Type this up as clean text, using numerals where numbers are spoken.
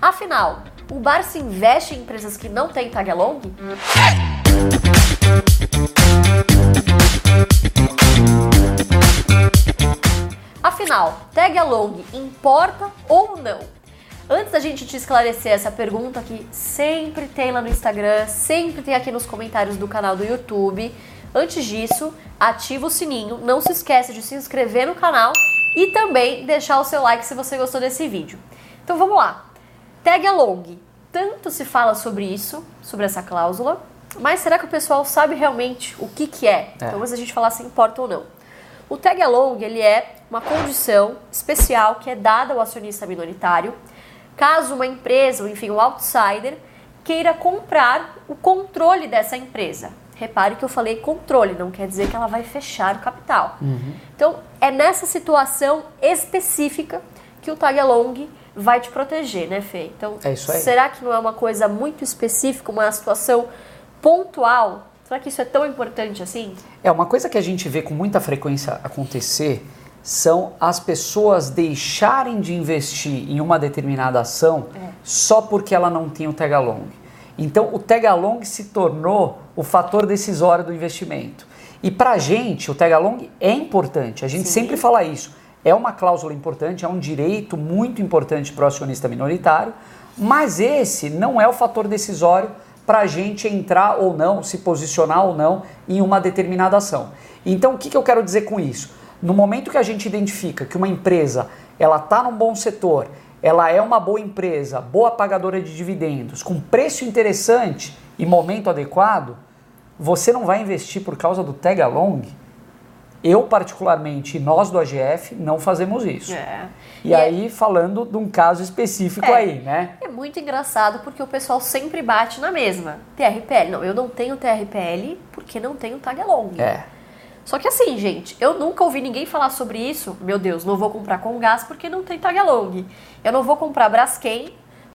Afinal, o Barsi investe em empresas que não têm tag along? Afinal, tag along importa ou não? Antes da gente te esclarecer essa pergunta que sempre tem lá no Instagram, sempre tem aqui nos comentários do canal do YouTube, antes disso, ativa o sininho, não se esqueça de se inscrever no canal e também deixar o seu like se você gostou desse vídeo. Então vamos lá. Tag along. Tanto se fala sobre isso, sobre essa cláusula, mas será que o pessoal sabe realmente o que é? Então antes da gente falar se importa ou não. O tag along, ele é uma condição especial que é dada ao acionista minoritário caso uma empresa, ou enfim, um outsider, queira comprar o controle dessa empresa. Repare que eu falei controle, não quer dizer que ela vai fechar o capital. Então, é nessa situação específica que o tag along vai te proteger, né, Fê? Então, é isso aí. Será que não é uma coisa muito específica, uma situação pontual? Será que isso é tão importante assim? Uma coisa que a gente vê com muita frequência acontecer são as pessoas deixarem de investir em uma determinada ação só porque ela não tem o tag along. Então, o tag along se tornou o fator decisório do investimento. E pra gente, o tag along é importante, a gente sempre fala isso. É uma cláusula importante, é um direito muito importante para o acionista minoritário, mas esse não é o fator decisório para a gente entrar ou não, se posicionar ou não em uma determinada ação. Então, o que eu quero dizer com isso? No momento que a gente identifica que uma empresa ela está num bom setor, ela é uma boa empresa, boa pagadora de dividendos, com preço interessante e momento adequado, você não vai investir por causa do tag along? Eu, particularmente, e nós do AGF, não fazemos isso. E aí, falando de um caso específico aí, né? É muito engraçado porque o pessoal sempre bate na mesma. TRPL. Não, eu não tenho TRPL porque não tenho tag along. Só que assim, gente, eu nunca ouvi ninguém falar sobre isso. Meu Deus, não vou comprar Comgás porque não tem tag along. Eu não vou comprar Braskem